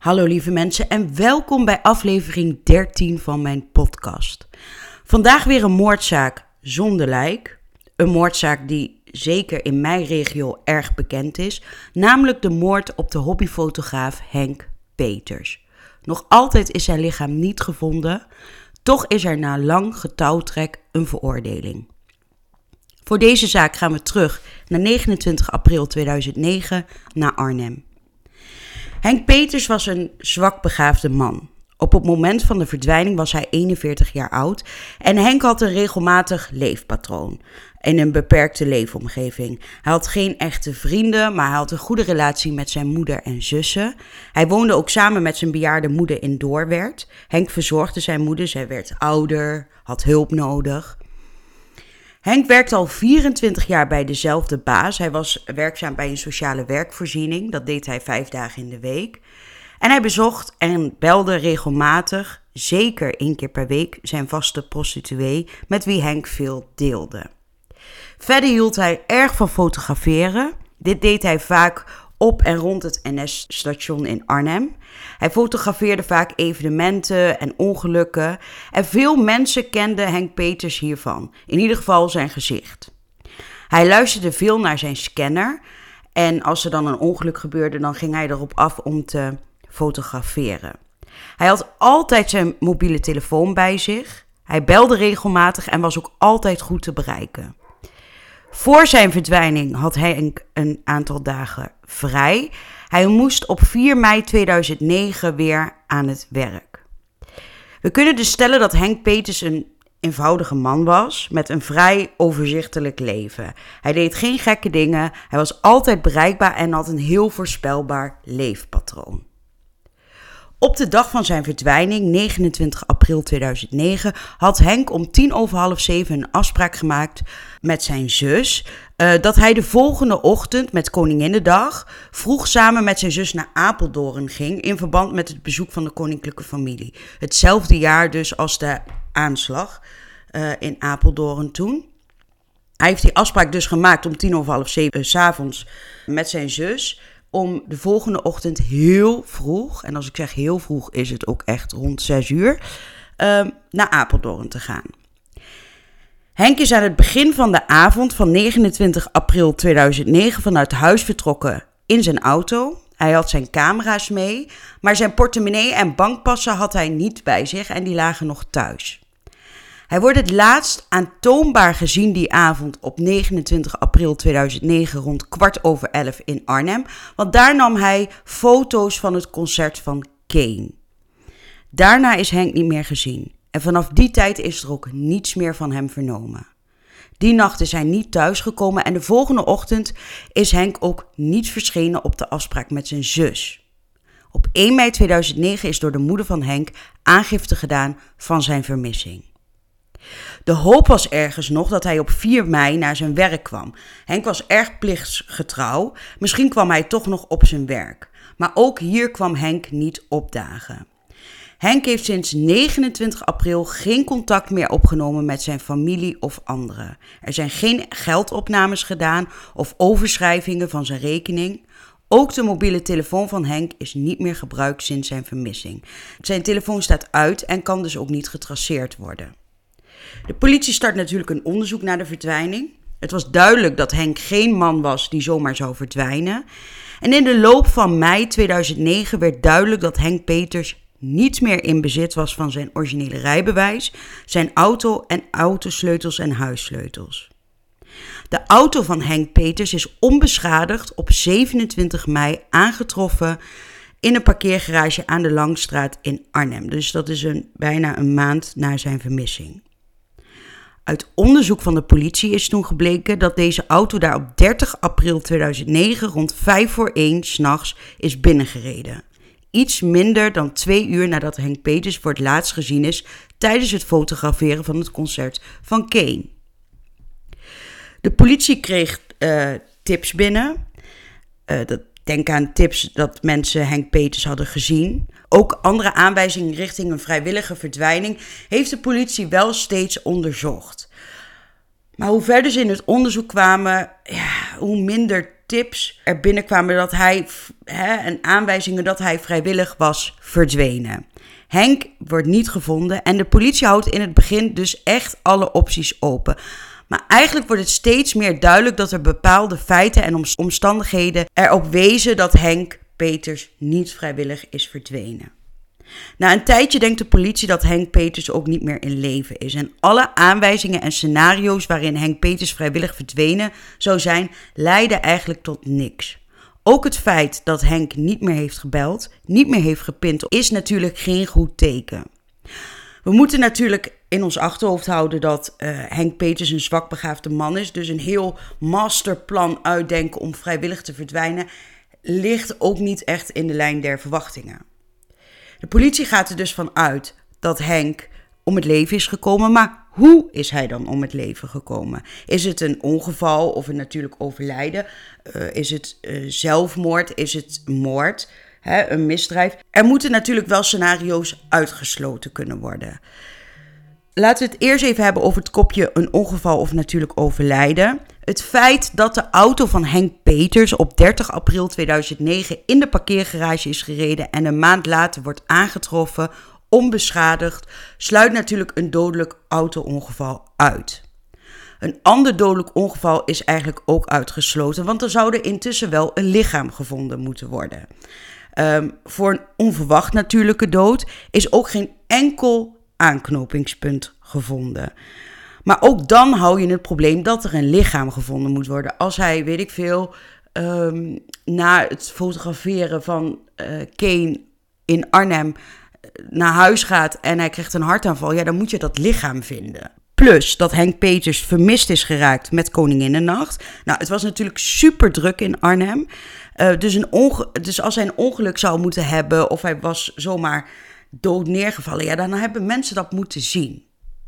Hallo lieve mensen en welkom bij aflevering 13 van mijn podcast. Vandaag weer een moordzaak zonder lijk. Een moordzaak die zeker in mijn regio erg bekend is. Namelijk de moord op de hobbyfotograaf Henk Peters. Nog altijd is zijn lichaam niet gevonden. Toch is er na lang getouwtrek een veroordeling. Voor deze zaak gaan we terug naar 29 april 2009 naar Arnhem. Henk Peters was een zwakbegaafde man. Op het moment van de verdwijning was hij 41 jaar oud en Henk had een regelmatig leefpatroon in een beperkte leefomgeving. Hij had geen echte vrienden, maar hij had een goede relatie met zijn moeder en zussen. Hij woonde ook samen met zijn bejaarde moeder in Doorwerth. Henk verzorgde zijn moeder, zij werd ouder, had hulp nodig. Henk werkte al 24 jaar bij dezelfde baas. Hij was werkzaam bij een sociale werkvoorziening. Dat deed hij 5 dagen in de week. En hij bezocht en belde regelmatig, zeker 1 keer per week, zijn vaste prostituee met wie Henk veel deelde. Verder hield hij erg van fotograferen. Dit deed hij vaak op en rond het NS-station in Arnhem. Hij fotografeerde vaak evenementen en ongelukken. En veel mensen kenden Henk Peters hiervan. In ieder geval zijn gezicht. Hij luisterde veel naar zijn scanner. En als er dan een ongeluk gebeurde, dan ging hij erop af om te fotograferen. Hij had altijd zijn mobiele telefoon bij zich. Hij belde regelmatig en was ook altijd goed te bereiken. Voor zijn verdwijning had Henk een aantal dagen vrij. Hij moest op 4 mei 2009 weer aan het werk. We kunnen dus stellen dat Henk Peters een eenvoudige man was met een vrij overzichtelijk leven. Hij deed geen gekke dingen, hij was altijd bereikbaar en had een heel voorspelbaar leefpatroon. Op de dag van zijn verdwijning, 29 april 2009, had Henk om 6:50 een afspraak gemaakt met zijn zus. Dat hij de volgende ochtend met Koninginnedag vroeg samen met zijn zus naar Apeldoorn ging in verband met het bezoek van de koninklijke familie. Hetzelfde jaar dus als de aanslag in Apeldoorn toen. Hij heeft die afspraak dus gemaakt om 6:50 s'avonds met zijn zus. Om de volgende ochtend heel vroeg, en als ik zeg heel vroeg is het ook echt rond 6 uur, naar Apeldoorn te gaan. Henk is aan het begin van de avond van 29 april 2009 vanuit huis vertrokken in zijn auto. Hij had zijn camera's mee, maar zijn portemonnee en bankpassen had hij niet bij zich en die lagen nog thuis. Hij wordt het laatst aantoonbaar gezien die avond op 29 april 2009 rond 11:15 in Arnhem. Want daar nam hij foto's van het concert van Kane. Daarna is Henk niet meer gezien. En vanaf die tijd is er ook niets meer van hem vernomen. Die nacht is hij niet thuisgekomen en de volgende ochtend is Henk ook niet verschenen op de afspraak met zijn zus. Op 1 mei 2009 is door de moeder van Henk aangifte gedaan van zijn vermissing. De hoop was ergens nog dat hij op 4 mei naar zijn werk kwam. Henk was erg plichtsgetrouw. Misschien kwam hij toch nog op zijn werk. Maar ook hier kwam Henk niet opdagen. Henk heeft sinds 29 april geen contact meer opgenomen met zijn familie of anderen. Er zijn geen geldopnames gedaan of overschrijvingen van zijn rekening. Ook de mobiele telefoon van Henk is niet meer gebruikt sinds zijn vermissing. Zijn telefoon staat uit en kan dus ook niet getraceerd worden. De politie start natuurlijk een onderzoek naar de verdwijning. Het was duidelijk dat Henk geen man was die zomaar zou verdwijnen. En in de loop van mei 2009 werd duidelijk dat Henk Peters niet meer in bezit was van zijn originele rijbewijs, zijn auto en autosleutels en huissleutels. De auto van Henk Peters is onbeschadigd op 27 mei aangetroffen in een parkeergarage aan de Langstraat in Arnhem. Dus dat is bijna een maand na zijn vermissing. Uit onderzoek van de politie is toen gebleken dat deze auto daar op 30 april 2009 rond 1:05 s'nachts is binnengereden. Iets minder dan 2 uur nadat Henk Peters voor het laatst gezien is tijdens het fotograferen van het concert van Kane. De politie kreeg tips binnen. Denk aan tips dat mensen Henk Peters hadden gezien. Ook andere aanwijzingen richting een vrijwillige verdwijning heeft de politie wel steeds onderzocht. Maar hoe verder ze in het onderzoek kwamen, hoe minder tips er binnenkwamen dat hij, en aanwijzingen dat hij vrijwillig was verdwenen. Henk wordt niet gevonden en de politie houdt in het begin dus echt alle opties open. Maar eigenlijk wordt het steeds meer duidelijk dat er bepaalde feiten en omstandigheden erop wezen dat Henk Peters niet vrijwillig is verdwenen. Na een tijdje denkt de politie dat Henk Peters ook niet meer in leven is. En alle aanwijzingen en scenario's waarin Henk Peters vrijwillig verdwenen zou zijn, leiden eigenlijk tot niks. Ook het feit dat Henk niet meer heeft gebeld, niet meer heeft gepind, is natuurlijk geen goed teken. We moeten natuurlijk in ons achterhoofd houden dat Henk Peters een zwakbegaafde man is. Dus een heel masterplan uitdenken om vrijwillig te verdwijnen ligt ook niet echt in de lijn der verwachtingen. De politie gaat er dus van uit dat Henk om het leven is gekomen, maar hoe is hij dan om het leven gekomen? Is het een ongeval of een natuurlijk overlijden? Is het zelfmoord? Is het moord? Een misdrijf? Er moeten natuurlijk wel scenario's uitgesloten kunnen worden. Laten we het eerst even hebben over het kopje een ongeval of natuurlijk overlijden. Het feit dat de auto van Henk Peters op 30 april 2009 in de parkeergarage is gereden en een maand later wordt aangetroffen, onbeschadigd, sluit natuurlijk een dodelijk auto-ongeval uit. Een ander dodelijk ongeval is eigenlijk ook uitgesloten, want er zou er intussen wel een lichaam gevonden moeten worden. Voor een onverwacht natuurlijke dood is ook geen enkel aanknopingspunt gevonden. Maar ook dan hou je het probleem dat er een lichaam gevonden moet worden. Als hij, weet ik veel, na het fotograferen van Kane in Arnhem naar huis gaat en hij krijgt een hartaanval, ja, dan moet je dat lichaam vinden. Plus dat Henk Peters vermist is geraakt met Koninginnennacht. Nou, het was natuurlijk super druk in Arnhem. Dus als hij een ongeluk zou moeten hebben of hij was zomaar dood neergevallen, ja, dan hebben mensen dat moeten zien.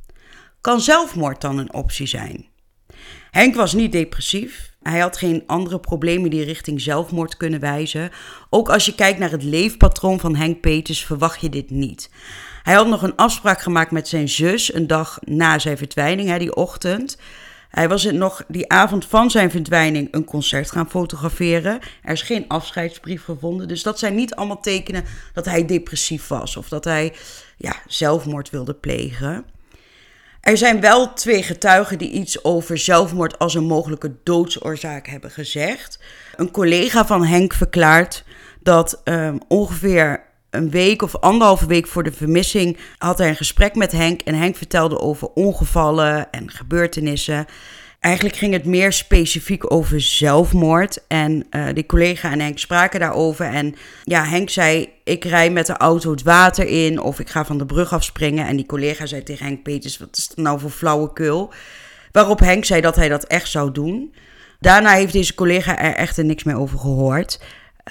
Kan zelfmoord dan een optie zijn? Henk was niet depressief. Hij had geen andere problemen die richting zelfmoord kunnen wijzen. Ook als je kijkt naar het leefpatroon van Henk Peters, verwacht je dit niet. Hij had nog een afspraak gemaakt met zijn zus een dag na zijn verdwijning, die ochtend. Hij was nog die avond van zijn verdwijning een concert gaan fotograferen. Er is geen afscheidsbrief gevonden. Dus dat zijn niet allemaal tekenen dat hij depressief was of dat hij zelfmoord wilde plegen. Er zijn wel 2 getuigen die iets over zelfmoord als een mogelijke doodsoorzaak hebben gezegd. Een collega van Henk verklaart dat ongeveer een week of 1,5 week voor de vermissing had hij een gesprek met Henk. En Henk vertelde over ongevallen en gebeurtenissen. Eigenlijk ging het meer specifiek over zelfmoord. En die collega en Henk spraken daarover. En ja, Henk zei, ik rij met de auto het water in of ik ga van de brug afspringen. En die collega zei tegen Henk Peters, wat is dat nou voor flauwekul? Waarop Henk zei dat hij dat echt zou doen. Daarna heeft deze collega er echter niks meer over gehoord.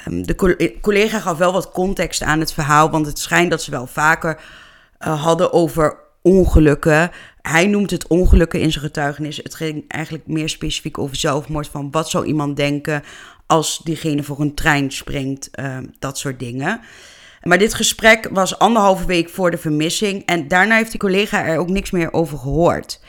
De collega gaf wel wat context aan het verhaal, want het schijnt dat ze wel vaker hadden over ongelukken. Hij noemt het ongelukken in zijn getuigenis. Het ging eigenlijk meer specifiek over zelfmoord, van wat zou iemand denken als diegene voor een trein springt, dat soort dingen. Maar dit gesprek was 1,5 week voor de vermissing en daarna heeft die collega er ook niks meer over gehoord.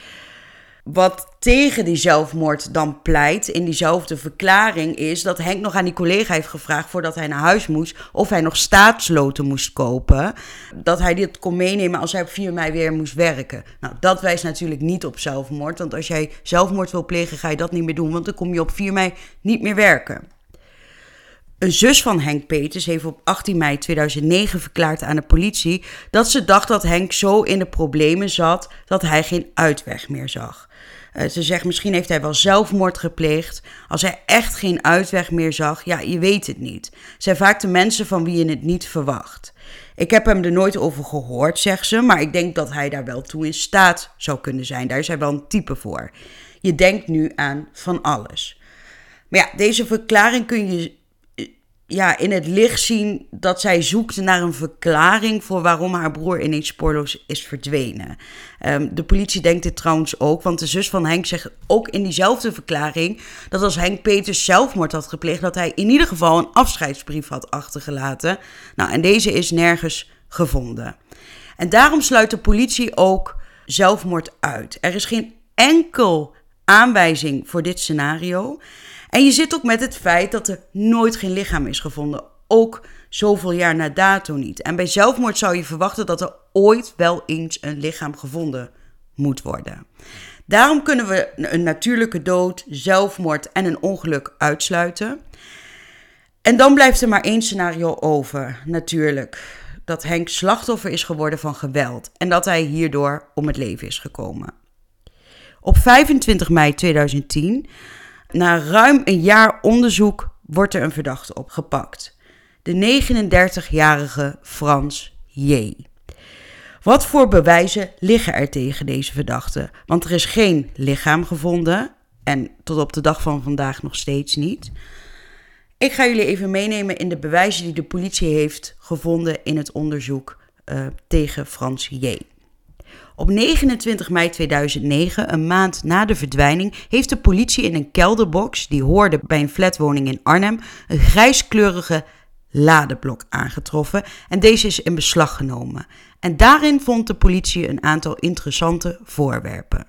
Wat tegen die zelfmoord dan pleit in diezelfde verklaring is dat Henk nog aan die collega heeft gevraagd voordat hij naar huis moest of hij nog staatsloten moest kopen. Dat hij dit kon meenemen als hij op 4 mei weer moest werken. Nou, dat wijst natuurlijk niet op zelfmoord, want als jij zelfmoord wil plegen ga je dat niet meer doen, want dan kom je op 4 mei niet meer werken. Een zus van Henk Peters heeft op 18 mei 2009 verklaard aan de politie dat ze dacht dat Henk zo in de problemen zat dat hij geen uitweg meer zag. Ze zegt, misschien heeft hij wel zelfmoord gepleegd. Als hij echt geen uitweg meer zag, ja, je weet het niet. Het zijn vaak de mensen van wie je het niet verwacht. Ik heb hem er nooit over gehoord, zegt ze, maar ik denk dat hij daar wel toe in staat zou kunnen zijn. Daar is hij wel een type voor. Je denkt nu aan van alles. Maar ja, deze verklaring kun je in het licht zien dat zij zoekt naar een verklaring voor waarom haar broer ineens spoorloos is verdwenen. De politie denkt dit trouwens ook, want de zus van Henk zegt ook in diezelfde verklaring dat als Henk Peters zelfmoord had gepleegd, dat hij in ieder geval een afscheidsbrief had achtergelaten. Nou, en deze is nergens gevonden. En daarom sluit de politie ook zelfmoord uit. Er is geen enkel aanwijzing voor dit scenario. En je zit ook met het feit dat er nooit geen lichaam is gevonden. Ook zoveel jaar na dato niet. En bij zelfmoord zou je verwachten dat er ooit wel eens een lichaam gevonden moet worden. Daarom kunnen we een natuurlijke dood, zelfmoord en een ongeluk uitsluiten. En dan blijft er maar één scenario over, natuurlijk. Dat Henk slachtoffer is geworden van geweld en dat hij hierdoor om het leven is gekomen. Op 25 mei 2010, na ruim een jaar onderzoek, wordt er een verdachte opgepakt. De 39-jarige Frans J. Wat voor bewijzen liggen er tegen deze verdachte? Want er is geen lichaam gevonden en tot op de dag van vandaag nog steeds niet. Ik ga jullie even meenemen in de bewijzen die de politie heeft gevonden in het onderzoek tegen Frans J. Op 29 mei 2009, een maand na de verdwijning, heeft de politie in een kelderbox die hoorde bij een flatwoning in Arnhem een grijskleurige ladeblok aangetroffen en deze is in beslag genomen. En daarin vond de politie een aantal interessante voorwerpen.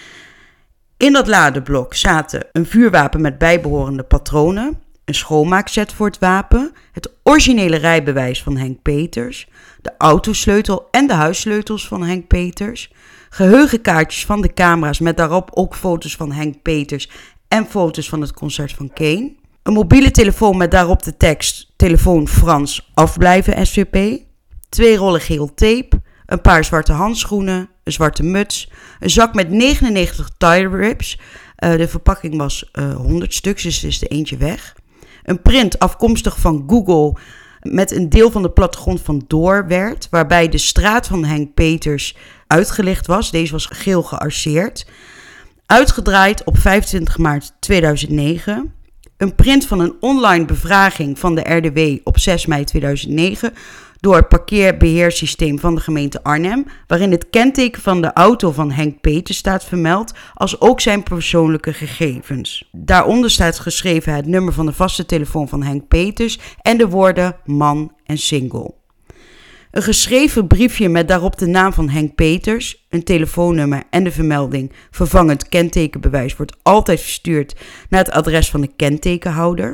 In dat ladeblok zaten een vuurwapen met bijbehorende patronen, een schoonmaakset voor het wapen, het originele rijbewijs van Henk Peters, de autosleutel en de huissleutels van Henk Peters, geheugenkaartjes van de camera's met daarop ook foto's van Henk Peters en foto's van het concert van Kane, een mobiele telefoon met daarop de tekst telefoon Frans afblijven SVP, 2 rollen geel tape, een paar zwarte handschoenen, een zwarte muts, een zak met 99 tire rips, de verpakking was 100 stuks, dus er is er eentje weg. Een print afkomstig van Google met een deel van de plattegrond van Doorwerth, waarbij de straat van Henk Peters uitgelicht was. Deze was geel gearceerd. Uitgedraaid op 25 maart 2009. Een print van een online bevraging van de RDW op 6 mei 2009 door het parkeerbeheersysteem van de gemeente Arnhem, waarin het kenteken van de auto van Henk Peters staat vermeld, als ook zijn persoonlijke gegevens. Daaronder staat geschreven het nummer van de vaste telefoon van Henk Peters en de woorden man en single. Een geschreven briefje met daarop de naam van Henk Peters, een telefoonnummer en de vermelding vervangend kentekenbewijs wordt altijd verstuurd naar het adres van de kentekenhouder.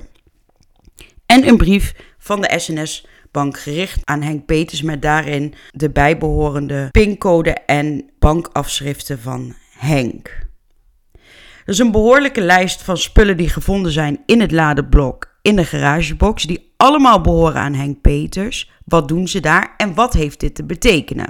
En een brief van de SNS-bank gericht aan Henk Peters met daarin de bijbehorende pincode en bankafschriften van Henk. Er is een behoorlijke lijst van spullen die gevonden zijn in het ladeblok in de garagebox, die allemaal behoren aan Henk Peters. Wat doen ze daar en wat heeft dit te betekenen?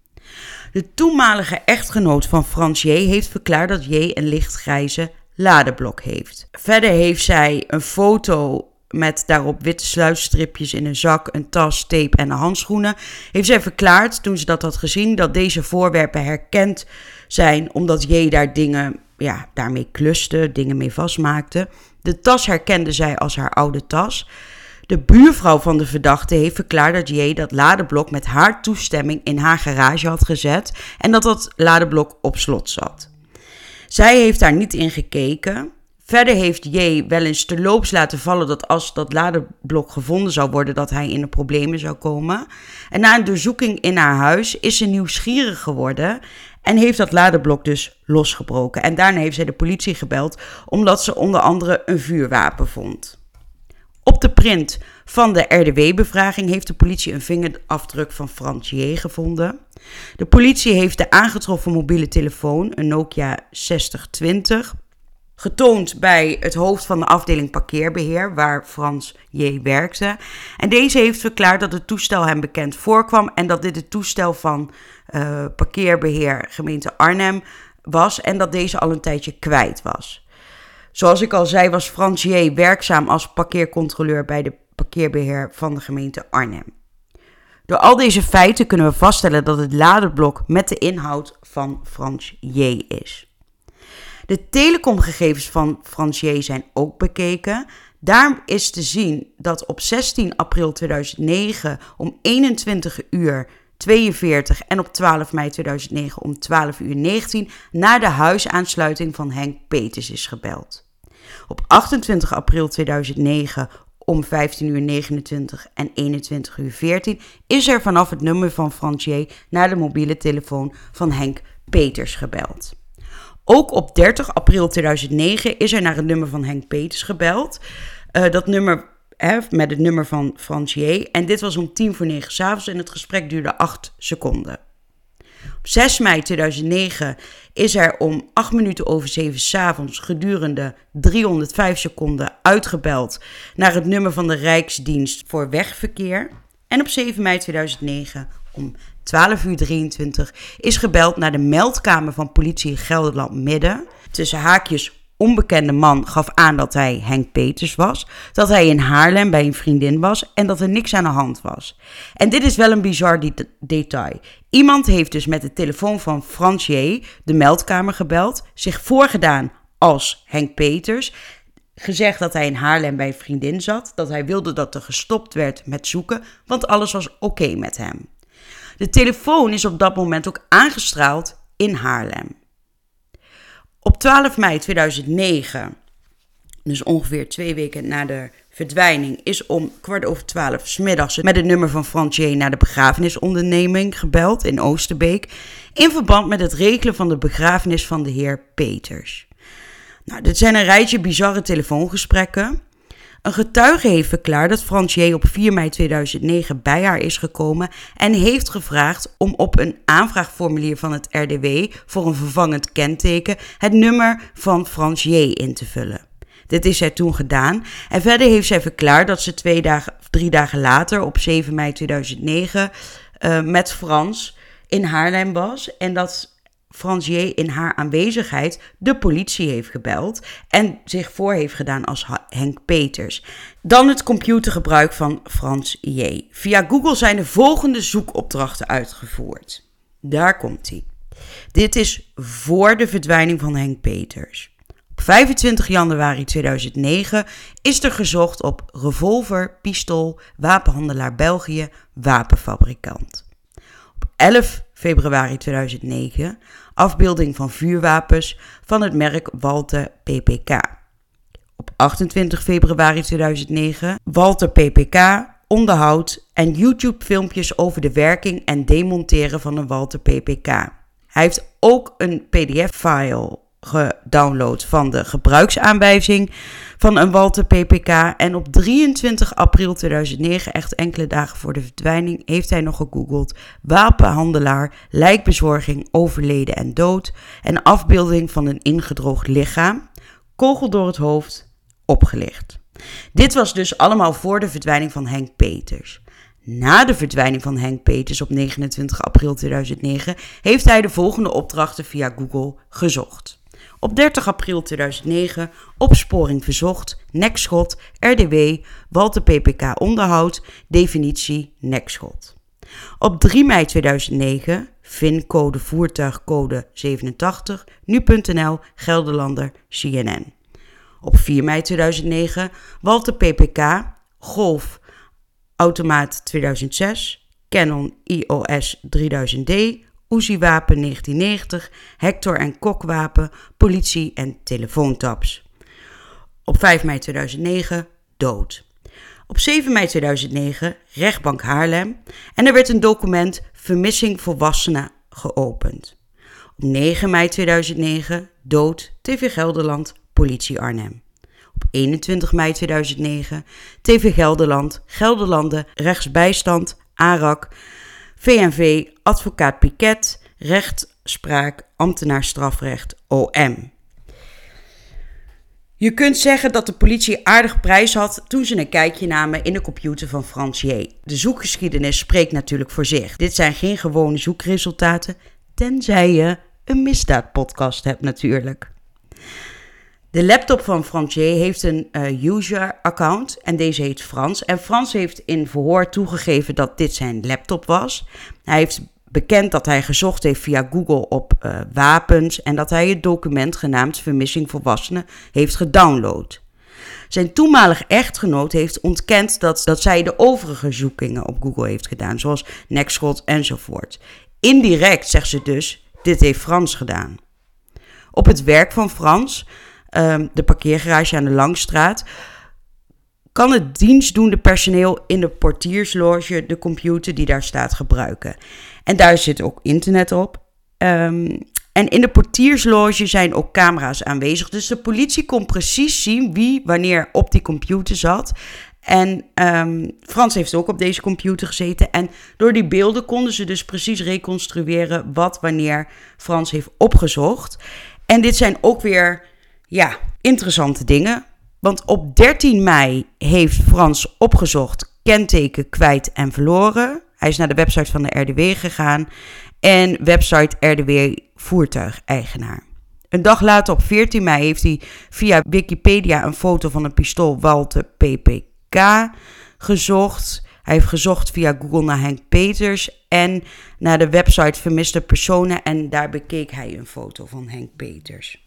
De toenmalige echtgenoot van Frans J. heeft verklaard dat J. een lichtgrijze ladeblok heeft. Verder heeft zij een foto met daarop witte sluitstripjes in een zak, een tas, tape en handschoenen. Heeft zij verklaard, toen ze dat had gezien, dat deze voorwerpen herkend zijn omdat J. daar dingen daarmee kluste, dingen mee vastmaakte. De tas herkende zij als haar oude tas. De buurvrouw van de verdachte heeft verklaard dat J. dat ladeblok met haar toestemming in haar garage had gezet en dat dat ladeblok op slot zat. Zij heeft daar niet in gekeken. Verder heeft J. wel eens terloops laten vallen dat als dat ladeblok gevonden zou worden, dat hij in de problemen zou komen. En na een doorzoeking in haar huis is ze nieuwsgierig geworden en heeft dat ladeblok dus losgebroken. En daarna heeft zij de politie gebeld omdat ze onder andere een vuurwapen vond. Op de print van de RDW-bevraging heeft de politie een vingerafdruk van Frans J. gevonden. De politie heeft de aangetroffen mobiele telefoon, een Nokia 6020, getoond bij het hoofd van de afdeling parkeerbeheer, waar Frans J. werkte. En deze heeft verklaard dat het toestel hem bekend voorkwam en dat dit het toestel van parkeerbeheer gemeente Arnhem was en dat deze al een tijdje kwijt was. Zoals ik al zei, was Frans J. werkzaam als parkeercontroleur bij de parkeerbeheer van de gemeente Arnhem. Door al deze feiten kunnen we vaststellen dat het ladeblok met de inhoud van Frans J. is. De telecomgegevens van Frans J. zijn ook bekeken. Daar is te zien dat op 16 april 2009 om 21:42 en op 12 mei 2009 om 12:19 naar de huisaansluiting van Henk Peters is gebeld. Op 28 april 2009 om 15:29 en 21:14 is er vanaf het nummer van Frans J. naar de mobiele telefoon van Henk Peters gebeld. Ook op 30 april 2009 is er naar het nummer van Henk Peters gebeld. Dat nummer met het nummer van Frans J. En dit was om 9:10 s'avonds en het gesprek duurde 8 seconden. Op 6 mei 2009 is er om 7:08 s'avonds gedurende 305 seconden uitgebeld naar het nummer van de Rijksdienst voor Wegverkeer. En op 7 mei 2009 om 12:23 is gebeld naar de meldkamer van politie Gelderland Midden. Tussen haakjes onbekende man gaf aan dat hij Henk Peters was, dat hij in Haarlem bij een vriendin was en dat er niks aan de hand was. En dit is wel een bizar detail. Iemand heeft dus met de telefoon van Frans J. de meldkamer gebeld, zich voorgedaan als Henk Peters, gezegd dat hij in Haarlem bij een vriendin zat, dat hij wilde dat er gestopt werd met zoeken, want alles was oké met hem. De telefoon is op dat moment ook aangestraald in Haarlem. Op 12 mei 2009, dus ongeveer 2 weken na de verdwijning, is om 12:15 's middags met het nummer van Frans J. naar de begrafenisonderneming gebeld in Oosterbeek in verband met het regelen van de begrafenis van de heer Peters. Nou, dit zijn een rijtje bizarre telefoongesprekken. Een getuige heeft verklaard dat Frans J. op 4 mei 2009 bij haar is gekomen en heeft gevraagd om op een aanvraagformulier van het RDW voor een vervangend kenteken het nummer van Frans J. in te vullen. Dit is zij toen gedaan en verder heeft zij verklaard dat ze 3 dagen later op 7 mei 2009 met Frans in Haarlem was en dat Frans J. in haar aanwezigheid de politie heeft gebeld en zich voor heeft gedaan als Henk Peters. Dan het computergebruik van Frans J. Via Google zijn de volgende zoekopdrachten uitgevoerd. Daar komt ie. Dit is voor de verdwijning van Henk Peters. Op 25 januari 2009 is er gezocht op revolver, pistool, wapenhandelaar België, wapenfabrikant. Op 11 februari 2009 afbeelding van vuurwapens van het merk Walter PPK. Op 28 februari 2009 Walter PPK, onderhoud en YouTube-filmpjes over de werking en demonteren van een Walter PPK. Hij heeft ook een PDF-file gedownload van de gebruiksaanwijzing van een Walter PPK. En op 23 april 2009, echt enkele dagen voor de verdwijning, heeft hij nog gegoogeld wapenhandelaar, lijkbezorging, overleden en dood en afbeelding van een ingedroogd lichaam, kogel door het hoofd, opgelicht. Dit was dus allemaal voor de verdwijning van Henk Peters. Na de verdwijning van Henk Peters op 29 april 2009 heeft hij de volgende opdrachten via Google gezocht. Op 30 april 2009 opsporing verzocht, nekschot, RDW, Walter PPK onderhoud, definitie nekschot. Op 3 mei 2009 VIN-code voertuigcode 87, nu.nl, Gelderlander, CNN. Op 4 mei 2009 Walter PPK, Golf, automaat 2006, Canon EOS 3000D, Uzi-wapen 1990, Hector en Kok-wapen, politie en telefoontaps. Op 5 mei 2009 dood. Op 7 mei 2009 rechtbank Haarlem en er werd een document vermissing volwassenen geopend. Op 9 mei 2009 dood TV Gelderland, politie Arnhem. Op 21 mei 2009 TV Gelderland, Gelderlanden, rechtsbijstand, ARAK, VNV, advocaat Piket, rechtspraak, ambtenaar strafrecht, OM. Je kunt zeggen dat de politie aardig prijs had toen ze een kijkje namen in de computer van Frans J. De zoekgeschiedenis spreekt natuurlijk voor zich. Dit zijn geen gewone zoekresultaten, tenzij je een misdaadpodcast hebt natuurlijk. De laptop van Frans J. heeft een user-account en deze heet Frans. En Frans heeft in verhoor toegegeven dat dit zijn laptop was. Hij heeft bekend dat hij gezocht heeft via Google op wapens en dat hij het document genaamd Vermissing Volwassenen heeft gedownload. Zijn toenmalig echtgenoot heeft ontkend dat zij de overige zoekingen op Google heeft gedaan, zoals nekschot enzovoort. Indirect zegt ze dus, dit heeft Frans gedaan. Op het werk van Frans, de parkeergarage aan de Langstraat, kan het dienstdoende personeel in de portiersloge de computer die daar staat gebruiken. En daar zit ook internet op. En En in de portiersloge zijn ook camera's aanwezig. Dus de politie kon precies zien wie wanneer op die computer zat. En Frans heeft ook op deze computer gezeten. En door die beelden konden ze dus precies reconstrueren wat wanneer Frans heeft opgezocht. En dit zijn ook weer interessante dingen. Want op 13 mei heeft Frans opgezocht kenteken kwijt en verloren. Hij is naar de website van de RDW gegaan. En website RDW voertuigeigenaar. Een dag later, op 14 mei, heeft hij via Wikipedia een foto van een pistool Walter PPK gezocht. Hij heeft gezocht via Google naar Henk Peters en naar de website Vermiste Personen. En daar bekeek hij een foto van Henk Peters.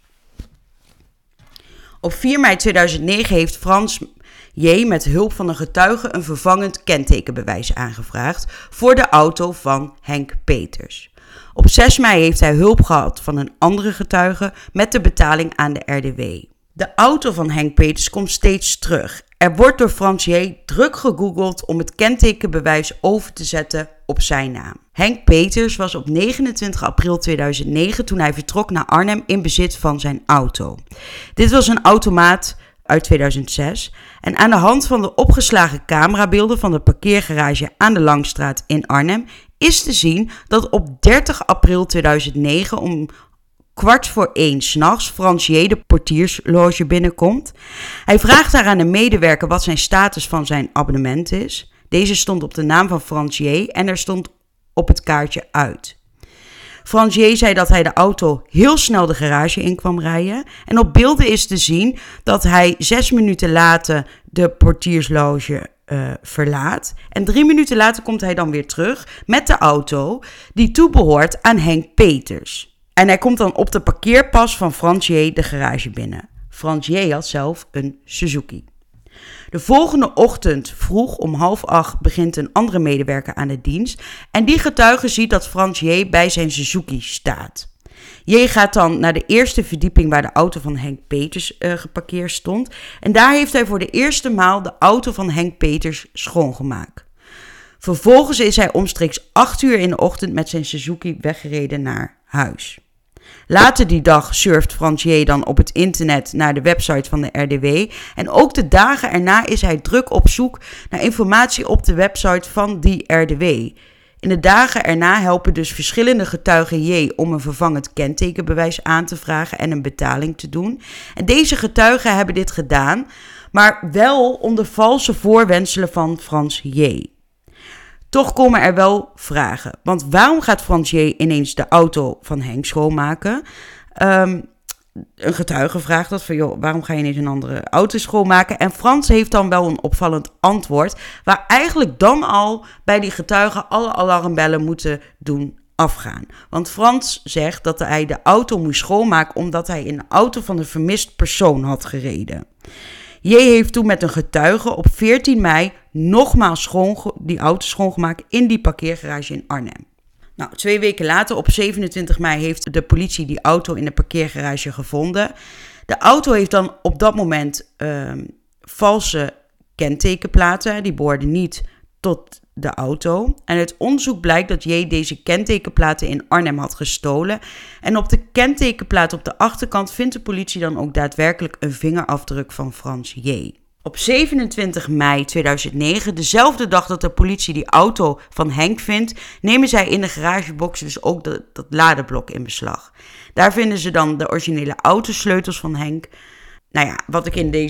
Op 4 mei 2009 heeft Frans J. met hulp van een getuige een vervangend kentekenbewijs aangevraagd voor de auto van Henk Peters. Op 6 mei heeft hij hulp gehad van een andere getuige met de betaling aan de RDW. De auto van Henk Peters komt steeds terug. Er wordt door Frans J. druk gegoogeld om het kentekenbewijs over te zetten op zijn naam. Henk Peters was op 29 april 2009 toen hij vertrok naar Arnhem in bezit van zijn auto. Dit was een automaat uit 2006 en aan de hand van de opgeslagen camerabeelden van de parkeergarage aan de Langstraat in Arnhem is te zien dat op 30 april 2009 om 1:15 s'nachts Frans J. de portiersloge binnenkomt. Hij vraagt daar aan de medewerker wat zijn status van zijn abonnement is. Deze stond op de naam van Frans J. en er stond op het kaartje uit. Frans J. zei dat hij de auto heel snel de garage in kwam rijden. En op beelden is te zien dat hij 6 minuten later de portiersloge verlaat. En 3 minuten later komt hij dan weer terug met de auto die toebehoort aan Henk Peters. En hij komt dan op de parkeerpas van Frans J. de garage binnen. Frans J. had zelf een Suzuki. De volgende ochtend vroeg om 7:30 begint een andere medewerker aan de dienst. En die getuige ziet dat Frans J. bij zijn Suzuki staat. J. gaat dan naar de eerste verdieping waar de auto van Henk Peters geparkeerd stond. En daar heeft hij voor de eerste maal de auto van Henk Peters schoongemaakt. Vervolgens is hij omstreeks 8 uur in de ochtend met zijn Suzuki weggereden naar huis. Later die dag surft Frans J. dan op het internet naar de website van de RDW. En ook de dagen erna is hij druk op zoek naar informatie op de website van die RDW. In de dagen erna helpen dus verschillende getuigen J. om een vervangend kentekenbewijs aan te vragen en een betaling te doen. En deze getuigen hebben dit gedaan, maar wel onder valse voorwendselen van Frans J. Toch komen er wel vragen. Want waarom gaat Frans J. ineens de auto van Henk schoonmaken? Een getuige vraagt dat van, joh, waarom ga je ineens een andere auto schoonmaken? En Frans heeft dan wel een opvallend antwoord, waar eigenlijk dan al bij die getuigen alle alarmbellen moeten doen afgaan. Want Frans zegt dat hij de auto moest schoonmaken omdat hij in de auto van een vermist persoon had gereden. J. heeft toen met een getuige op 14 mei nogmaals die auto schoongemaakt in die parkeergarage in Arnhem. Nou, 2 weken later, op 27 mei, heeft de politie die auto in de parkeergarage gevonden. De auto heeft dan op dat moment valse kentekenplaten. Die behoorden niet tot de auto. En uit onderzoek blijkt dat J. deze kentekenplaten in Arnhem had gestolen. En op de kentekenplaat op de achterkant vindt de politie dan ook daadwerkelijk een vingerafdruk van Frans J. Op 27 mei 2009, dezelfde dag dat de politie die auto van Henk vindt, nemen zij in de garagebox dus ook dat ladeblok in beslag. Daar vinden ze dan de originele autosleutels van Henk. Nou ja, wat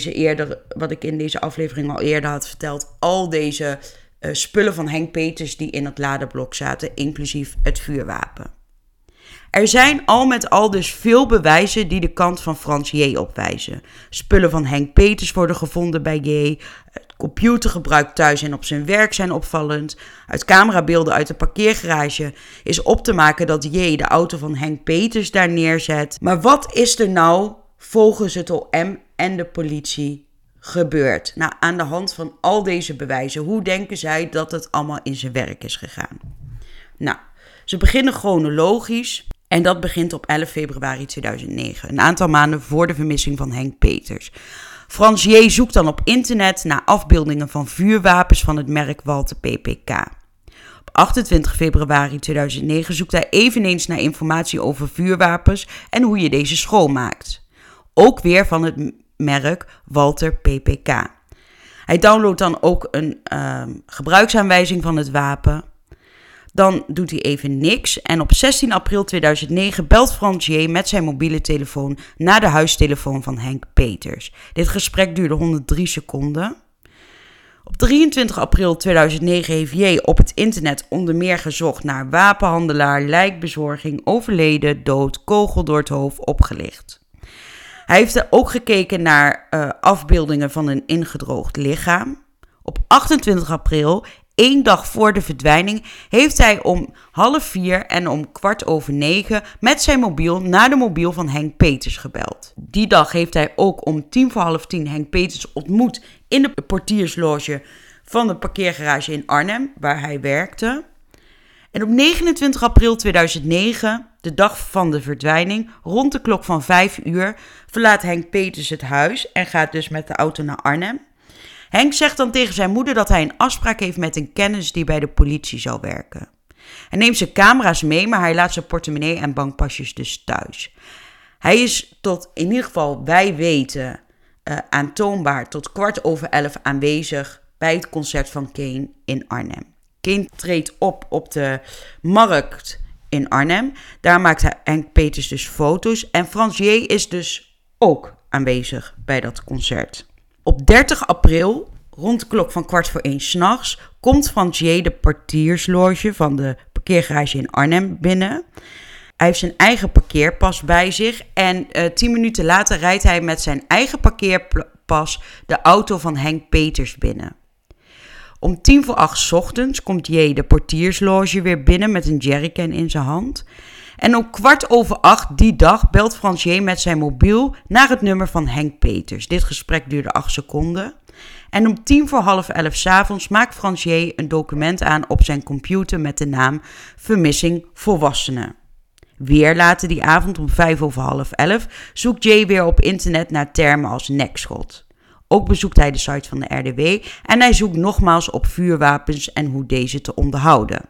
ik in deze aflevering al eerder had verteld, al deze spullen van Henk Peters die in het ladeblok zaten, inclusief het vuurwapen. Er zijn al met al dus veel bewijzen die de kant van Frans J. opwijzen. Spullen van Henk Peters worden gevonden bij J. Het computergebruik thuis en op zijn werk zijn opvallend. Uit camerabeelden uit de parkeergarage is op te maken dat J. de auto van Henk Peters daar neerzet. Maar wat is er nou volgens het OM en de politie gebeurd? Nou, aan de hand van al deze bewijzen, hoe denken zij dat het allemaal in zijn werk is gegaan? Nou, ze beginnen chronologisch en dat begint op 11 februari 2009, een aantal maanden voor de vermissing van Henk Peters. Frans J. zoekt dan op internet naar afbeeldingen van vuurwapens van het merk Walter PPK. Op 28 februari 2009 zoekt hij eveneens naar informatie over vuurwapens en hoe je deze schoonmaakt. Ook weer van het merk Walther PPK. Hij downloadt dan ook een gebruiksaanwijzing van het wapen. Dan doet hij even niks en op 16 april 2009 belt Frans J. met zijn mobiele telefoon naar de huistelefoon van Henk Peters. Dit gesprek duurde 103 seconden. Op 23 april 2009 heeft J. op het internet onder meer gezocht naar wapenhandelaar, lijkbezorging, overleden, dood, kogel door het hoofd, opgelicht. Hij heeft ook gekeken naar afbeeldingen van een ingedroogd lichaam. Op 28 april, 1 dag voor de verdwijning, heeft hij om 3:30 en om 9:15 met zijn mobiel naar de mobiel van Henk Peters gebeld. Die dag heeft hij ook om 9:50 Henk Peters ontmoet in de portiersloge van de parkeergarage in Arnhem, waar hij werkte. En op 29 april 2009, de dag van de verdwijning, rond de klok van 5:00, verlaat Henk Peters het huis en gaat dus met de auto naar Arnhem. Henk zegt dan tegen zijn moeder dat hij een afspraak heeft met een kennis die bij de politie zal werken. Hij neemt zijn camera's mee, maar hij laat zijn portemonnee en bankpasjes dus thuis. Hij is tot, in ieder geval wij weten, aantoonbaar tot 11:15 aanwezig bij het concert van Kane in Arnhem. Kane treedt op de markt in Arnhem. Daar maakt Henk Peters dus foto's en Frans J. is dus ook aanwezig bij dat concert. Op 30 april, rond de klok van 1:15 s'nachts, komt Frans J. de portiersloge van de parkeergarage in Arnhem binnen. Hij heeft zijn eigen parkeerpas bij zich en 10 minuten later rijdt hij met zijn eigen parkeerpas de auto van Henk Peters binnen. Om 7:45 's ochtends komt J. de portiersloge weer binnen met een jerrycan in zijn hand. En om 7:15 die dag belt Frans J. met zijn mobiel naar het nummer van Henk Peters. Dit gesprek duurde 8 seconden. En om 11:45 's avonds maakt Frans J. een document aan op zijn computer met de naam Vermissing Volwassenen. Weer later die avond om 11:05 zoekt J. weer op internet naar termen als nekschot. Ook bezoekt hij de site van de RDW en hij zoekt nogmaals op vuurwapens en hoe deze te onderhouden.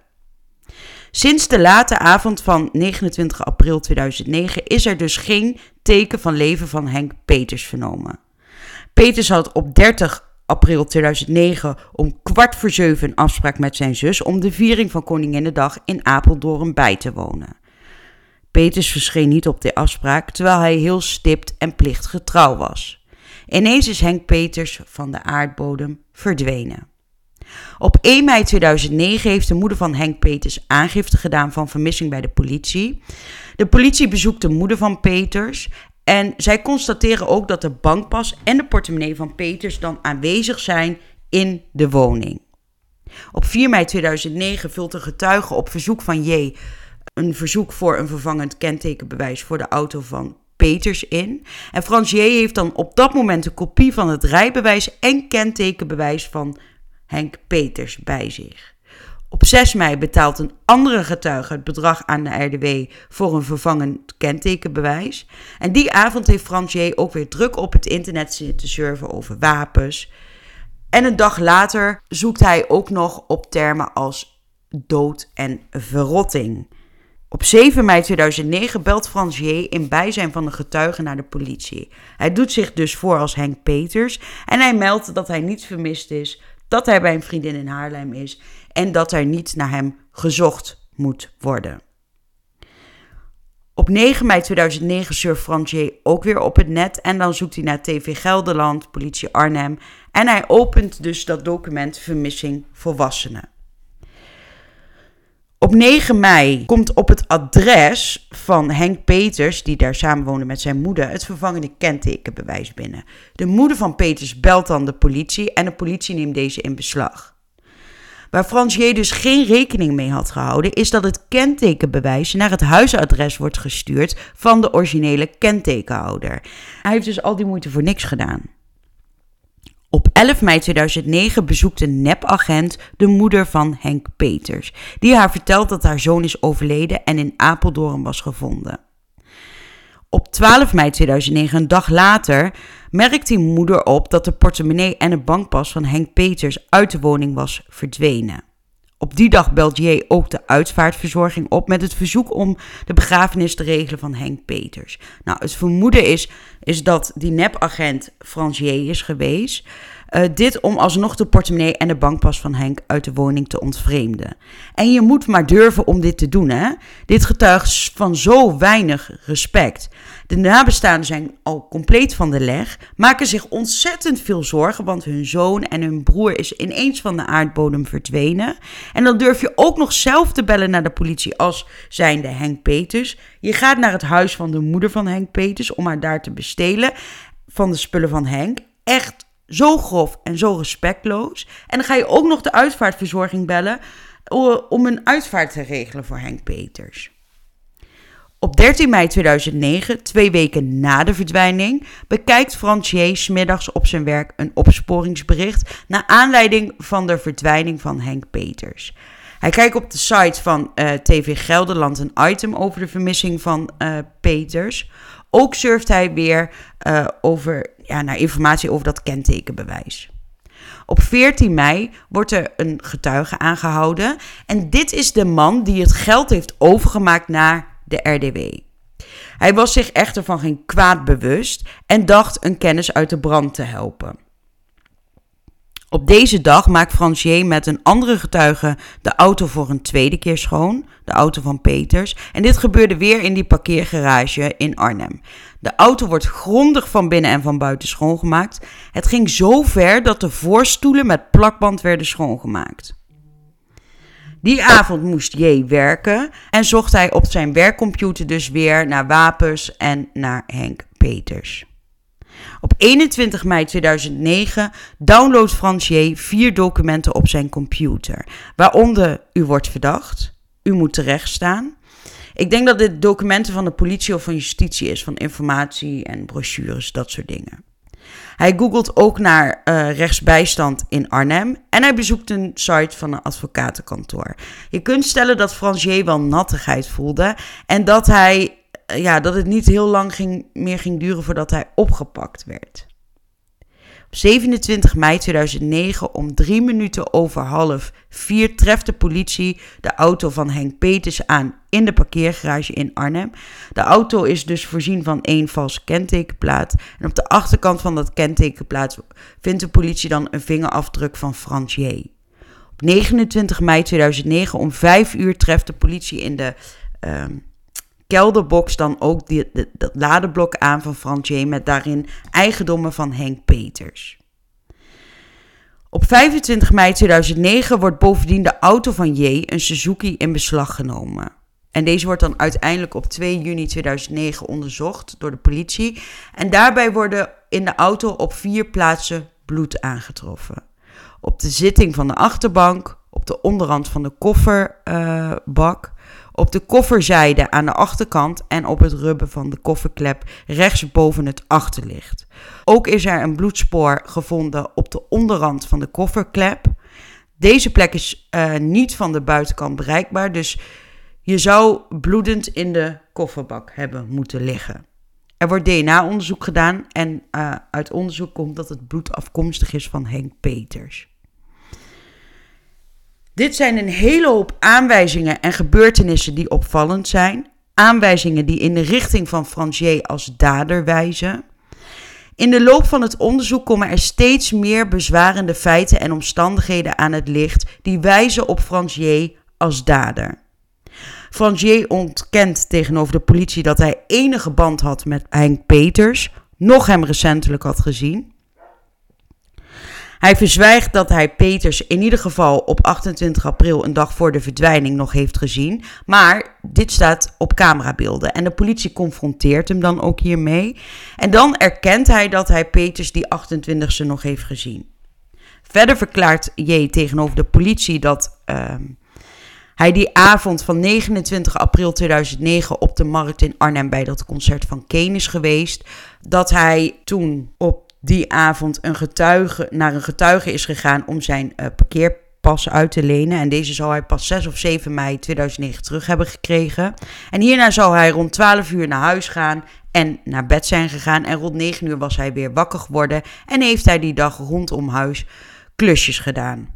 Sinds de late avond van 29 april 2009 is er dus geen teken van leven van Henk Peters vernomen. Peters had op 30 april 2009 om 6:15 een afspraak met zijn zus om de viering van Koninginnedag in Apeldoorn bij te wonen. Peters verscheen niet op de afspraak, terwijl hij heel stipt en plichtgetrouw was. Ineens is Henk Peters van de aardbodem verdwenen. Op 1 mei 2009 heeft de moeder van Henk Peters aangifte gedaan van vermissing bij de politie. De politie bezoekt de moeder van Peters en zij constateren ook dat de bankpas en de portemonnee van Peters dan aanwezig zijn in de woning. Op 4 mei 2009 vult een getuige op verzoek van J. een verzoek voor een vervangend kentekenbewijs voor de auto van Peters in. En Frans J. heeft dan op dat moment een kopie van het rijbewijs en kentekenbewijs van Henk Peters bij zich. Op 6 mei betaalt een andere getuige het bedrag aan de RDW voor een vervangend kentekenbewijs. En die avond heeft Frans J. ook weer druk op het internet zitten surfen over wapens. En een dag later zoekt hij ook nog op termen als dood en verrotting. Op 7 mei 2009 belt Frans J. in bijzijn van de getuige naar de politie. Hij doet zich dus voor als Henk Peters en hij meldt dat hij niet vermist is, dat hij bij een vriendin in Haarlem is en dat er niet naar hem gezocht moet worden. Op 9 mei 2009 surft Frans J. ook weer op het net en dan zoekt hij naar TV Gelderland, politie Arnhem en hij opent dus dat document Vermissing Volwassenen. Op 9 mei komt op het adres van Henk Peters, die daar samenwoonde met zijn moeder, het vervangende kentekenbewijs binnen. De moeder van Peters belt dan de politie en de politie neemt deze in beslag. Waar Frans J. dus geen rekening mee had gehouden, is dat het kentekenbewijs naar het huisadres wordt gestuurd van de originele kentekenhouder. Hij heeft dus al die moeite voor niks gedaan. Op 11 mei 2009 bezoekt een nepagent de moeder van Henk Peters, die haar vertelt dat haar zoon is overleden en in Apeldoorn was gevonden. Op 12 mei 2009, een dag later, merkt die moeder op dat de portemonnee en de bankpas van Henk Peters uit de woning was verdwenen. Op die dag belt J ook de uitvaartverzorging op met het verzoek om de begrafenis te regelen van Henk Peters. Nou, het vermoeden is dat die nepagent Frans J is geweest. Dit om alsnog de portemonnee en de bankpas van Henk uit de woning te ontvreemden. En je moet maar durven om dit te doen, hè? Dit getuigt van zo weinig respect. De nabestaanden zijn al compleet van de leg, maken zich ontzettend veel zorgen, want hun zoon en hun broer is ineens van de aardbodem verdwenen. En dan durf je ook nog zelf te bellen naar de politie als zijnde Henk Peters. Je gaat naar het huis van de moeder van Henk Peters om haar daar te bestelen van de spullen van Henk. Echt zo grof en zo respectloos. En dan ga je ook nog de uitvaartverzorging bellen om een uitvaart te regelen voor Henk Peters. Op 13 mei 2009, 2 weken na de verdwijning, bekijkt Frans J. 's middags op zijn werk een opsporingsbericht naar aanleiding van de verdwijning van Henk Peters. Hij kijkt op de site van TV Gelderland een item over de vermissing van Peters. Ook surft hij weer naar informatie over dat kentekenbewijs. Op 14 mei wordt er een getuige aangehouden. En dit is de man die het geld heeft overgemaakt naar de RDW. Hij was zich echter van geen kwaad bewust en dacht een kennis uit de brand te helpen. Op deze dag maakt Frans J. met een andere getuige de auto voor een tweede keer schoon, de auto van Peters. En dit gebeurde weer in die parkeergarage in Arnhem. De auto wordt grondig van binnen en van buiten schoongemaakt. Het ging zo ver dat de voorstoelen met plakband werden schoongemaakt. Die avond moest J. werken en zocht hij op zijn werkcomputer dus weer naar wapens en naar Henk Peters. Op 21 mei 2009 downloadt Frans J. 4 documenten op zijn computer, waaronder u wordt verdacht, u moet terechtstaan. Ik denk dat dit documenten van de politie of van justitie is, van informatie en brochures, dat soort dingen. Hij googelt ook naar rechtsbijstand in Arnhem en hij bezoekt een site van een advocatenkantoor. Je kunt stellen dat Frans J. wel nattigheid voelde en dat het niet heel lang meer ging duren voordat hij opgepakt werd. Op 27 mei 2009 om 4:03 treft de politie de auto van Henk Peters aan in de parkeergarage in Arnhem. De auto is dus voorzien van 1 valse kentekenplaat. En op de achterkant van dat kentekenplaat vindt de politie dan een vingerafdruk van Frans J. Op 29 mei 2009 om 5:00 treft de politie in de kelderbox dan ook dat ladeblok aan van Frans J. met daarin eigendommen van Henk Peters. Op 25 mei 2009 wordt bovendien de auto van J, een Suzuki, in beslag genomen. En deze wordt dan uiteindelijk op 2 juni 2009 onderzocht door de politie. En daarbij worden in de auto op 4 plaatsen bloed aangetroffen. Op de zitting van de achterbank, op de onderrand van de kofferbak, op de kofferzijde aan de achterkant en op het rubber van de kofferklep rechts boven het achterlicht. Ook is er een bloedspoor gevonden op de onderrand van de kofferklep. Deze plek is niet van de buitenkant bereikbaar, dus je zou bloedend in de kofferbak hebben moeten liggen. Er wordt DNA-onderzoek gedaan en uit onderzoek komt dat het bloed afkomstig is van Henk Peters. Dit zijn een hele hoop aanwijzingen en gebeurtenissen die opvallend zijn. Aanwijzingen die in de richting van Frans J. als dader wijzen. In de loop van het onderzoek komen er steeds meer bezwarende feiten en omstandigheden aan het licht die wijzen op Frans J. als dader. Frans J. ontkent tegenover de politie dat hij enige band had met Henk Peters, nog hem recentelijk had gezien. Hij verzwijgt dat hij Peters in ieder geval op 28 april, een dag voor de verdwijning, nog heeft gezien. Maar dit staat op camerabeelden en de politie confronteert hem dan ook hiermee. En dan erkent hij dat hij Peters die 28e nog heeft gezien. Verder verklaart J. tegenover de politie dat hij die avond van 29 april 2009 op de markt in Arnhem bij dat concert van Kane is geweest. Dat hij toen op die avond naar een getuige is gegaan om zijn parkeerpas uit te lenen. En deze zou hij pas 6 of 7 mei 2009 terug hebben gekregen. En hierna zou hij rond 12 uur naar huis gaan en naar bed zijn gegaan. En rond 9 uur was hij weer wakker geworden en heeft hij die dag rondom huis klusjes gedaan.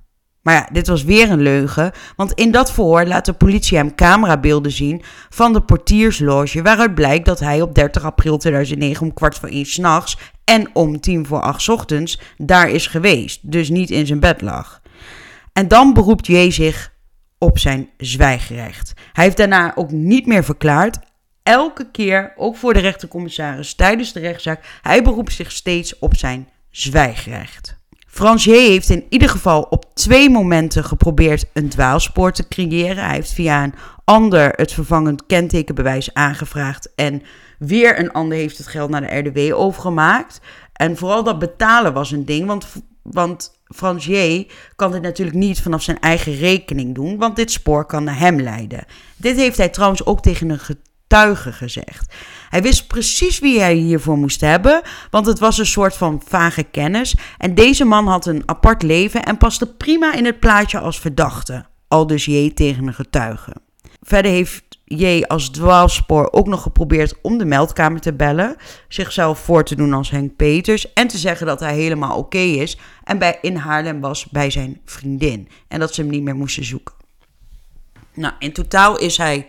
Maar ja, dit was weer een leugen, want in dat verhoor laat de politie hem camerabeelden zien van de portiersloge, waaruit blijkt dat hij op 30 april 2009 om 1:15 s'nachts en om 7:45 's ochtends daar is geweest, dus niet in zijn bed lag. En dan beroept J zich op zijn zwijgrecht. Hij heeft daarna ook niet meer verklaard. Elke keer, ook voor de rechtercommissaris tijdens de rechtszaak, hij beroept zich steeds op zijn zwijgrecht. Frans J. heeft in ieder geval op 2 momenten geprobeerd een dwaalspoor te creëren. Hij heeft via een ander het vervangend kentekenbewijs aangevraagd en weer een ander heeft het geld naar de RDW overgemaakt. En vooral dat betalen was een ding, want Frans J. kan dit natuurlijk niet vanaf zijn eigen rekening doen, want dit spoor kan naar hem leiden. Dit heeft hij trouwens ook tegen een getuige gezegd. Hij wist precies wie hij hiervoor moest hebben, want het was een soort van vage kennis. En deze man had een apart leven en paste prima in het plaatje als verdachte. Aldus J. tegen een getuige. Verder heeft J. als dwaalspoor ook nog geprobeerd om de meldkamer te bellen, zichzelf voor te doen als Henk Peters en te zeggen dat hij helemaal oké is en in Haarlem was bij zijn vriendin en dat ze hem niet meer moesten zoeken. Nou, in totaal is hij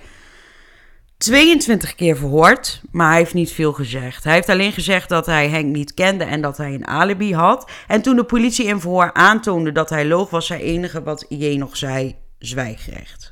22 keer verhoord, maar hij heeft niet veel gezegd. Hij heeft alleen gezegd dat hij Henk niet kende en dat hij een alibi had. En toen de politie in verhoor aantoonde dat hij loog, was het enige wat J. nog zei, zwijgrecht.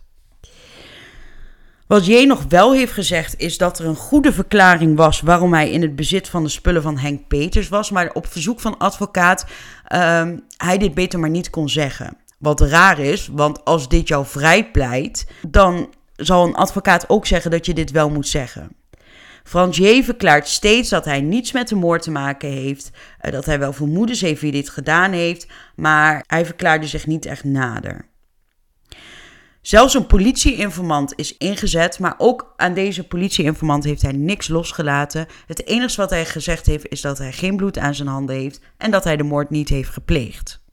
Wat J. nog wel heeft gezegd is dat er een goede verklaring was waarom hij in het bezit van de spullen van Henk Peters was, maar op verzoek van advocaat hij dit beter maar niet kon zeggen. Wat raar is, want als dit jou vrijpleit, dan zal een advocaat ook zeggen dat je dit wel moet zeggen. Frans J. verklaart steeds dat hij niets met de moord te maken heeft, dat hij wel vermoedens heeft wie dit gedaan heeft, maar hij verklaarde zich niet echt nader. Zelfs een politieinformant is ingezet, maar ook aan deze politieinformant heeft hij niks losgelaten. Het enige wat hij gezegd heeft is dat hij geen bloed aan zijn handen heeft en dat hij de moord niet heeft gepleegd.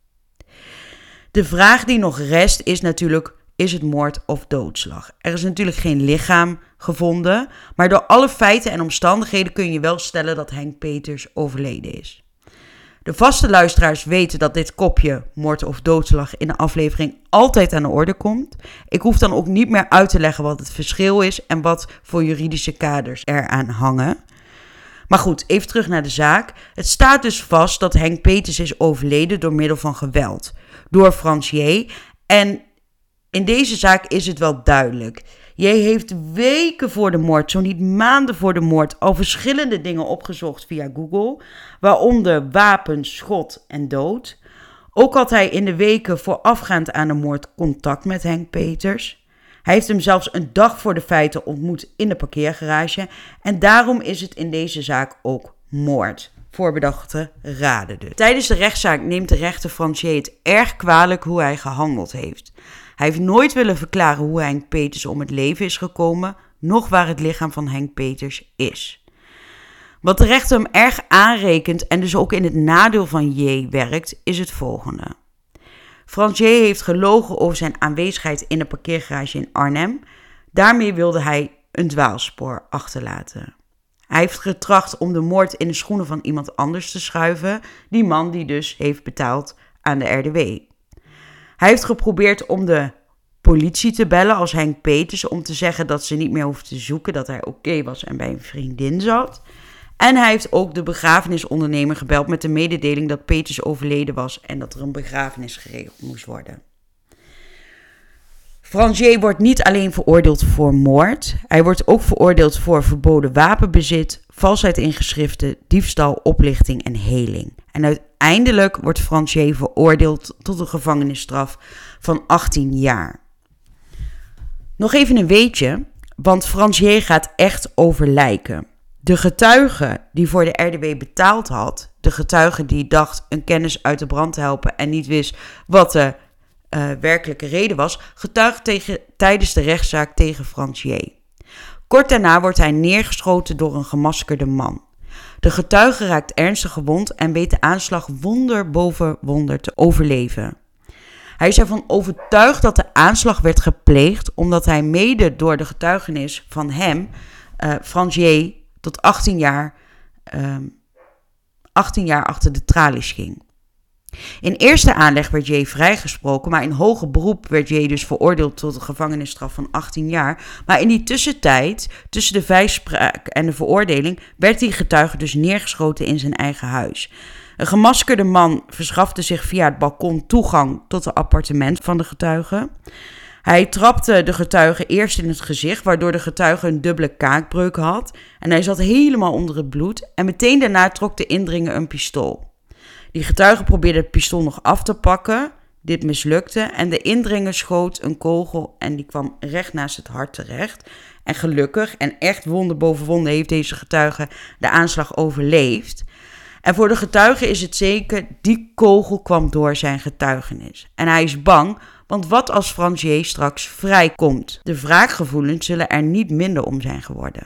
De vraag die nog rest is natuurlijk, is het moord of doodslag? Er is natuurlijk geen lichaam gevonden, maar door alle feiten en omstandigheden kun je wel stellen dat Henk Peters overleden is. De vaste luisteraars weten dat dit kopje moord of doodslag in de aflevering altijd aan de orde komt. Ik hoef dan ook niet meer uit te leggen wat het verschil is en wat voor juridische kaders eraan hangen. Maar goed, even terug naar de zaak. Het staat dus vast dat Henk Peters is overleden door middel van geweld door Frans J. En in deze zaak is het wel duidelijk. J. heeft weken voor de moord, zo niet maanden voor de moord, al verschillende dingen opgezocht via Google, waaronder wapen, schot en dood. Ook had hij in de weken voorafgaand aan de moord contact met Henk Peters. Hij heeft hem zelfs een dag voor de feiten ontmoet in de parkeergarage en daarom is het in deze zaak ook moord. Voorbedachte raden dus. Tijdens de rechtszaak neemt de rechter Frans J. het erg kwalijk hoe hij gehandeld heeft. Hij heeft nooit willen verklaren hoe Henk Peters om het leven is gekomen, noch waar het lichaam van Henk Peters is. Wat de rechter hem erg aanrekent en dus ook in het nadeel van J. werkt, is het volgende. Frans J. heeft gelogen over zijn aanwezigheid in de parkeergarage in Arnhem. Daarmee wilde hij een dwaalspoor achterlaten. Hij heeft getracht om de moord in de schoenen van iemand anders te schuiven, die man die dus heeft betaald aan de RDW. Hij heeft geprobeerd om de politie te bellen als Henk Peters om te zeggen dat ze niet meer hoefden te zoeken, dat hij oké was en bij een vriendin zat. En hij heeft ook de begrafenisondernemer gebeld met de mededeling dat Peters overleden was en dat er een begrafenis geregeld moest worden. Frans J. wordt niet alleen veroordeeld voor moord, hij wordt ook veroordeeld voor verboden wapenbezit, valsheid in geschriften, diefstal, oplichting en heling. En uiteindelijk wordt Frans J. veroordeeld tot een gevangenisstraf van 18 jaar. Nog even een weetje, want Frans J. gaat echt over lijken. De getuige die voor de RDW betaald had, de getuige die dacht een kennis uit de brand te helpen en niet wist wat de werkelijke reden was, getuigt tijdens de rechtszaak tegen Frans J. Kort daarna wordt hij neergeschoten door een gemaskerde man. De getuige raakt ernstig gewond en weet de aanslag wonder boven wonder te overleven. Hij is ervan overtuigd dat de aanslag werd gepleegd omdat hij mede door de getuigenis van hem, Frans J., tot 18 jaar achter de tralies ging. In eerste aanleg werd J vrijgesproken, maar in hoger beroep werd J dus veroordeeld tot een gevangenisstraf van 18 jaar. Maar in die tussentijd, tussen de vrijspraak en de veroordeling, werd die getuige dus neergeschoten in zijn eigen huis. Een gemaskerde man verschafte zich via het balkon toegang tot het appartement van de getuige. Hij trapte de getuige eerst in het gezicht, waardoor de getuige een dubbele kaakbreuk had. En hij zat helemaal onder het bloed. En meteen daarna trok de indringer een pistool. Die getuige probeerde het pistool nog af te pakken. Dit mislukte en de indringer schoot een kogel en die kwam recht naast het hart terecht. En gelukkig, en echt wonder boven wonder, heeft deze getuige de aanslag overleefd. En voor de getuige is het zeker, die kogel kwam door zijn getuigenis. En hij is bang, want wat als Frans J. straks vrijkomt? De wraakgevoelens zullen er niet minder om zijn geworden.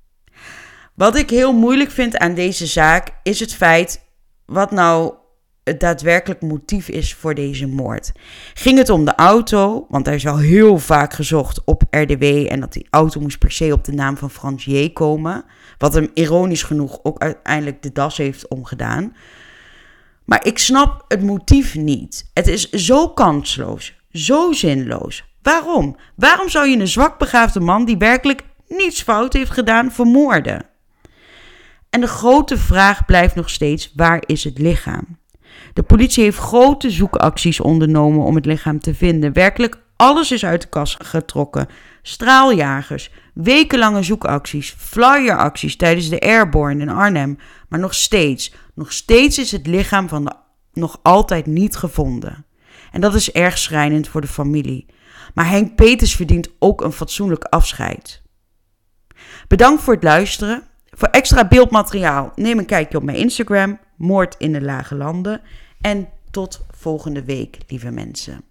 Wat ik heel moeilijk vind aan deze zaak is het feit wat nou het daadwerkelijk motief is voor deze moord. Ging het om de auto? Want er is al heel vaak gezocht op RDW en dat die auto moest per se op de naam van Frans J. komen. Wat hem ironisch genoeg ook uiteindelijk de das heeft omgedaan. Maar ik snap het motief niet. Het is zo kansloos, zo zinloos. Waarom? Waarom zou je een zwakbegaafde man die werkelijk niets fout heeft gedaan vermoorden? En de grote vraag blijft nog steeds, waar is het lichaam? De politie heeft grote zoekacties ondernomen om het lichaam te vinden. Werkelijk alles is uit de kast getrokken. Straaljagers, wekenlange zoekacties, flyeracties tijdens de Airborne in Arnhem. Maar nog steeds is het lichaam van nog altijd niet gevonden. En dat is erg schrijnend voor de familie. Maar Henk Peters verdient ook een fatsoenlijk afscheid. Bedankt voor het luisteren. Voor extra beeldmateriaal neem een kijkje op mijn Instagram, Moord in de Lage Landen. En tot volgende week, lieve mensen.